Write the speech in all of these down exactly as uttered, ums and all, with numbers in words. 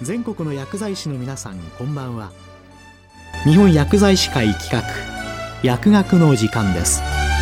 全国の薬剤師の皆さん、こんばんは。日本薬剤師会企画、薬学の時間です。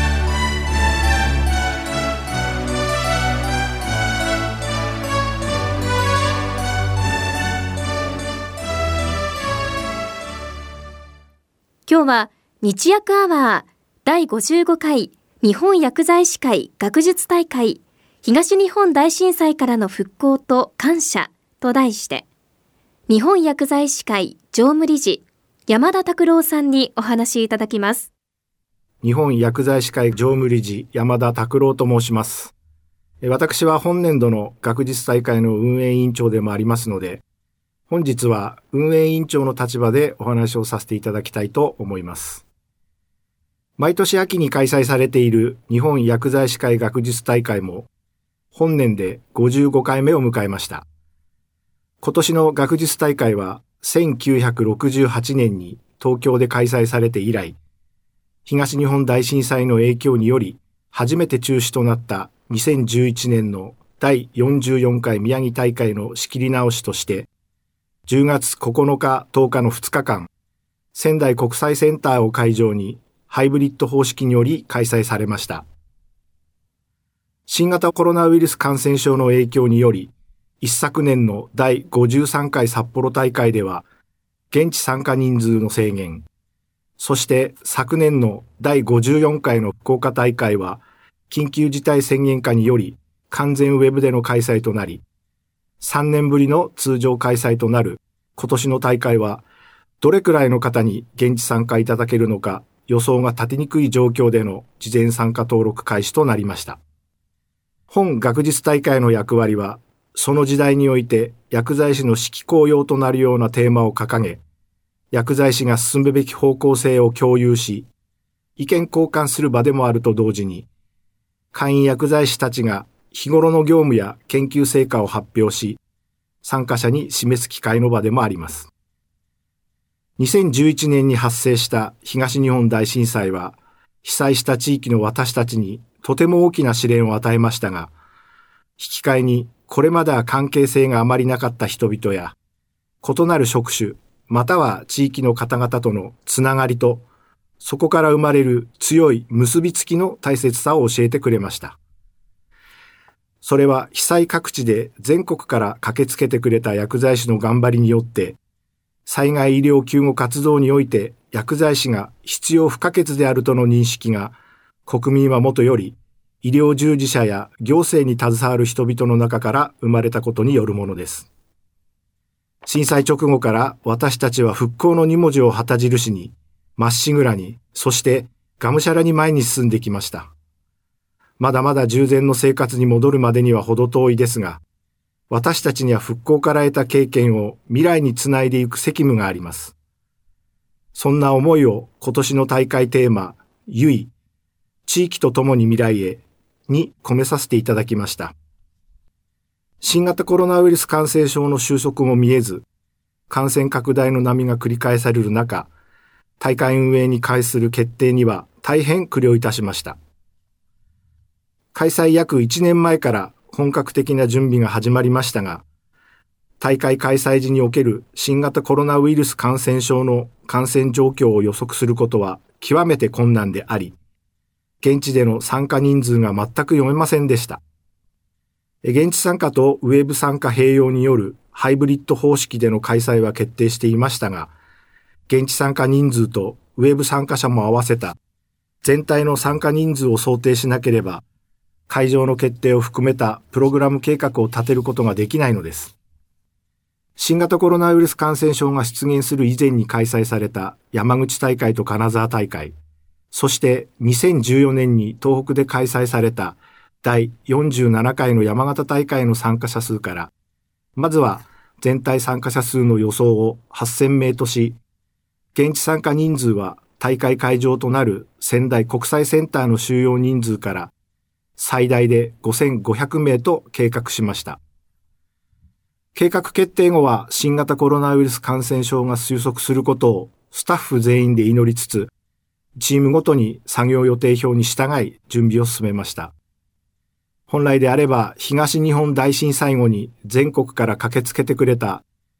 今日は日薬アワーだいごじゅうごかい日本薬剤師会学術大会東日本大震災からの復興と感謝と題して、日本薬剤師会常務理事山田拓郎さんにお話しいただきます。 日本薬剤師会常務理事山田拓郎と申します。私は本年度の学術大会の運営委員長でもありますので、本日は運営委員長の立場でお話をさせていただきたいと思います。毎年秋に開催されている日本薬剤師会学術大会も本年でごじゅうごかいめを迎えました。今年の学術大会はせんきゅうひゃくろくじゅうはちねんに東京で開催されて以来、東日本大震災の影響により初めて中止となったにせんじゅういちねんのだいよんじゅうよんかい宮城大会の仕切り直しとして、じゅうがつここのかとおかのふつかかん、仙台国際センターを会場にハイブリッド方式により開催されました。新型コロナウイルス感染症の影響により、一昨年のだいごじゅうさんかい札幌大会では、現地参加人数の制限、そして昨年のだいごじゅうよんかいの福岡大会は、緊急事態宣言下により完全ウェブでの開催となり、さんねんぶりの通常開催となる今年の大会は、どれくらいの方に現地参加いただけるのか予想が立てにくい状況での事前参加登録開始となりました。本学術大会の役割は、その時代において薬剤師の指揮公用となるようなテーマを掲げ、薬剤師が進むべき方向性を共有し、意見交換する場でもあると同時に、会員薬剤師たちが日頃の業務や研究成果を発表し、参加者に示す機会の場でもあります。にせんじゅういちねんに発生した東日本大震災は、被災した地域の私たちにとても大きな試練を与えましたが、引き換えにこれまでは関係性があまりなかった人々や、異なる職種、または地域の方々とのつながりと、そこから生まれる強い結びつきの大切さを教えてくれました。それは被災各地で全国から駆けつけてくれた薬剤師の頑張りによって、災害医療救護活動において薬剤師が必要不可欠であるとの認識が、国民はもとより医療従事者や行政に携わる人々の中から生まれたことによるものです。震災直後から私たちは復興のに文字を旗印に、まっしぐらに、そしてがむしゃらに前に進んできました。まだまだ従前の生活に戻るまでには程遠いですが、私たちには復興から得た経験を未来につないでいく責務があります。そんな思いを今年の大会テーマ、ゆい、地域とともに未来へに込めさせていただきました。新型コロナウイルス感染症の収束も見えず、感染拡大の波が繰り返される中、大会運営に関する決定には大変苦慮いたしました。開催約いちねんまえから本格的な準備が始まりましたが、大会開催時における新型コロナウイルス感染症の感染状況を予測することは極めて困難であり、現地での参加人数が全く読めませんでした。現地参加とウェブ参加併用によるハイブリッド方式での開催は決定していましたが、現地参加人数とウェブ参加者も合わせた全体の参加人数を想定しなければ、会場の決定を含めたプログラム計画を立てることができないのです。新型コロナウイルス感染症が出現する以前に開催された山口大会と金沢大会、そしてにせんじゅうよねんに東北で開催されただいよんじゅうななかいの山形大会の参加者数から、まずは全体参加者数の予想をはっせんめいとし、現地参加人数は大会会場となる仙台国際センターの収容人数から最大でごせんごひゃくめいと計画しました。計画決定後は新型コロナウイルス感染症が収束することをスタッフ全員で祈りつつ、チームごとに作業予定表に従い準備を進めました。本来であれば東日本大震災後に全国から駆けつけてくれた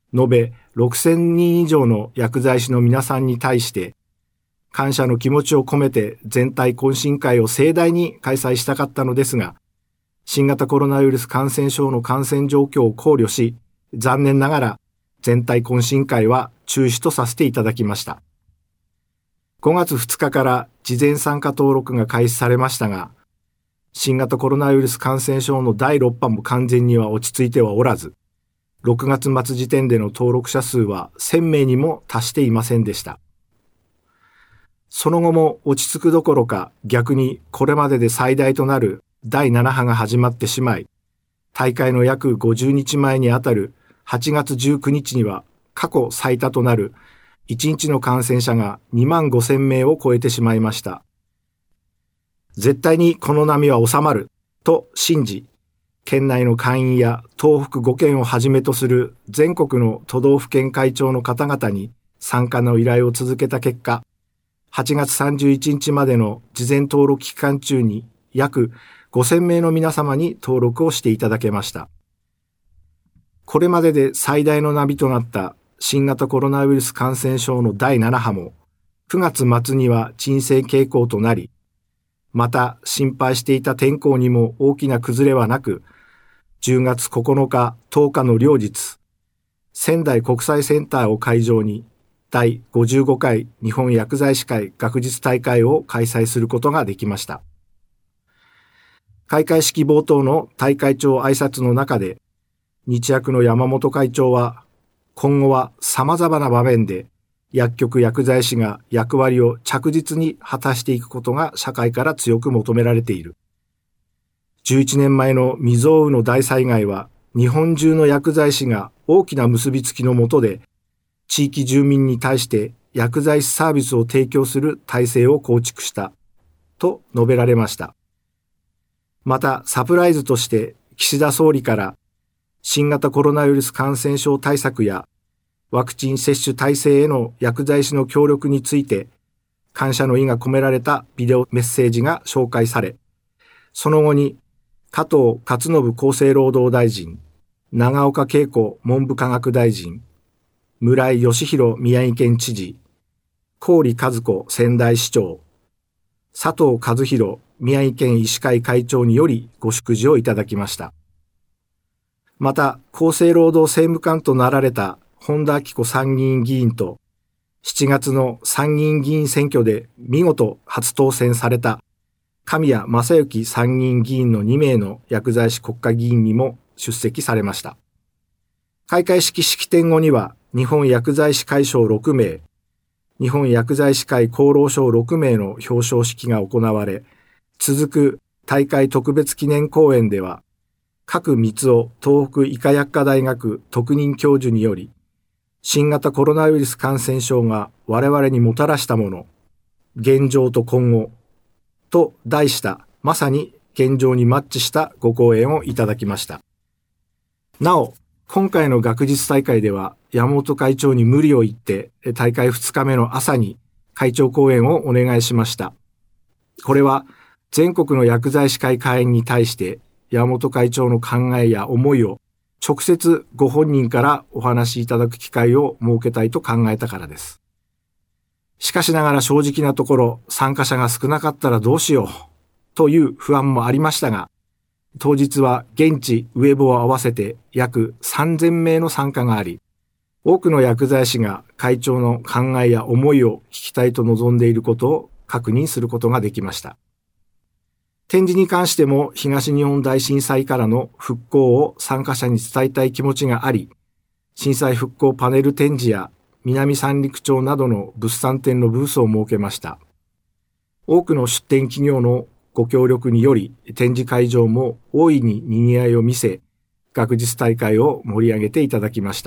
延べろくせんにん以上の薬剤師の皆さんに対して、感謝の気持ちを込めて全体懇親会を盛大に開催したかったのですが、新型コロナウイルス感染症の感染状況を考慮し、残念ながら全体懇親会は中止とさせていただきました。ごがつふつかから事前参加登録が開始されましたが、新型コロナウイルス感染症のだいろっぱも完全には落ち着いてはおらず、ろくがつ末時点での登録者数はせんめいにも達していませんでした。その後も落ち着くどころか逆にこれまでで最大となるだいななはが始まってしまい、大会の約ごじゅうにちまえにあたるはちがつじゅうくにちには過去最多となるいちにちの感染者がにまんごせんめいを超えてしまいました。絶対にこの波は収まると信じ、県内の会員や東北ごけんをはじめとする全国の都道府県会長の方々に参加の依頼を続けた結果、はちがつさんじゅういちにちまでの事前登録期間中に約ごせんめいの皆様に登録をしていただけました。これまでで最大の波となった新型コロナウイルス感染症のだいななはもくがつまつには沈静傾向となり、また心配していた天候にも大きな崩れはなく、じゅうがつここのか、とおかの両日、仙台国際センターを会場にだいごじゅうごかい日本薬剤師会学術大会を開催することができました。開会式冒頭の大会長挨拶の中で、日薬の山本会長は、今後は様々な場面で薬局薬剤師が役割を着実に果たしていくことが社会から強く求められている。じゅういちねんまえの未曾有の大災害は、日本中の薬剤師が大きな結びつきのもとで、地域住民に対して薬剤師サービスを提供する体制を構築した、と述べられました。また、サプライズとして岸田総理から、新型コロナウイルス感染症対策やワクチン接種体制への薬剤師の協力について、感謝の意が込められたビデオメッセージが紹介され、その後に加藤勝信厚生労働大臣、長岡恵子文部科学大臣、村井義弘宮城県知事、郡和子仙台市長、佐藤和弘宮城県医師会会長によりご祝辞をいただきました。また、厚生労働政務官となられた本田顕子参議院議員と、しちがつの参議院議員選挙で見事初当選された神谷正幸参議院議員のにめいの薬剤師国会議員にも出席されました。開会式式典後には日本薬剤師会賞ろくめい、日本薬剤師会功労賞ろくめいの表彰式が行われ、続く大会特別記念講演では、賀来光雄東北医科薬科大学特任教授により、新型コロナウイルス感染症が我々にもたらしたもの、現状と今後と題したまさに現状にマッチしたご講演をいただきました。なお、今回の学術大会では山本会長に無理を言って大会ふつかめの朝に会長講演をお願いしました。これは全国の薬剤師会会員に対して山本会長の考えや思いを直接ご本人からお話しいただく機会を設けたいと考えたからです。しかしながら正直なところ参加者が少なかったらどうしようという不安もありましたが、当日は現地ウェブを合わせて約さんぜんめいの参加があり、多くの薬剤師が会長の考えや思いを聞きたいと望んでいることを確認することができました。展示に関しても東日本大震災からの復興を参加者に伝えたい気持ちがあり、震災復興パネル展示や南三陸町などの物産展のブースを設けました。多くの出展企業のご協力により展示会場も大いに賑わいを見せ、学術大会を盛り上げていただきました。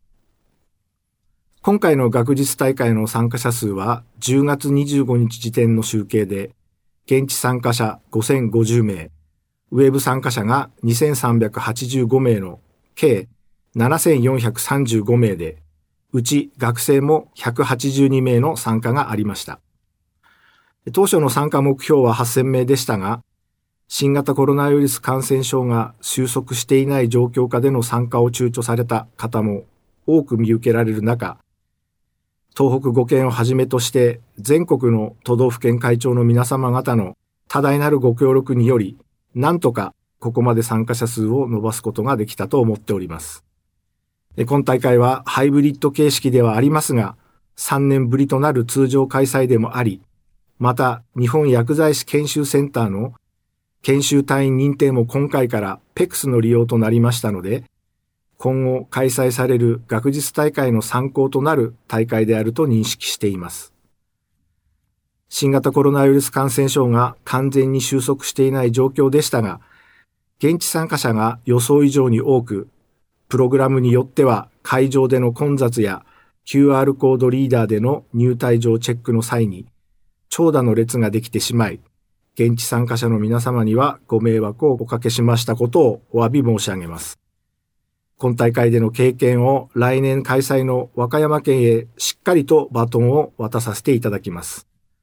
今回の学術大会の参加者数はじゅうがつにじゅうごにち時点の集計で、現地参加者ごせんごじゅうめい、ウェブ参加者がにせんさんびゃくはちじゅうごめいの計ななせんよんひゃくさんじゅうごめいで、うち学生もひゃくはちじゅうにめいの参加がありました。当初の参加目標ははっせんめいでしたが、新型コロナウイルス感染症が収束していない状況下での参加を躊躇された方も多く見受けられる中、東北ごけんをはじめとして全国の都道府県会長の皆様方の多大なるご協力により、なんとかここまで参加者数を伸ばすことができたと思っております。今大会はハイブリッド形式ではありますが、さんねんぶりとなる通常開催でもあり、また日本薬剤師研修センターの研修隊員認定も今回からペックスの利用となりましたので、今後開催される学術大会の参考となる大会であると認識しています。新型コロナウイルス感染症が完全に収束していない状況でしたが、現地参加者が予想以上に多く、プログラムによっては会場での混雑や キューアール コードリーダーでの入退場チェックの際に長蛇の列ができてしまい、現地参加者の皆様にはご迷惑をおかけしましたことをお詫び申し上げます。今大会での経験を来年開催の和歌山県へしっかりとバトンを渡させていただきます。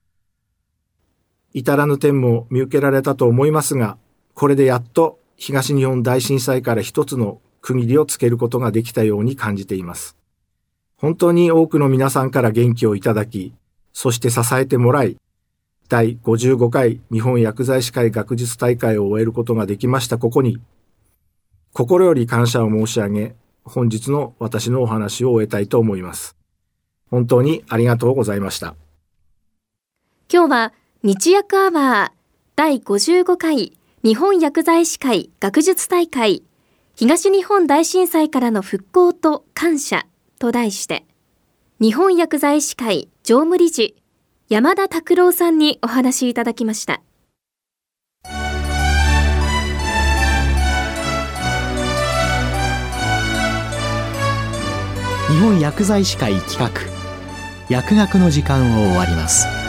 至らぬ点も見受けられたと思いますが、これでやっと東日本大震災から一つの区切りをつけることができたように感じています。本当に多くの皆さんから元気をいただき、そして支えてもらい、だいごじゅうごかい日本薬剤師会学術大会を終えることができましたここに、心より感謝を申し上げ、本日の私のお話を終えたいと思います。本当にありがとうございました。 今日は日薬アワーだいごじゅうごかい日本薬剤師会学術大会東日本大震災からの復興と感謝と題して、日本薬剤師会常務理事山田拓郎さんにお話しいただきました。 日本薬剤師会企画薬学の時間を終わります。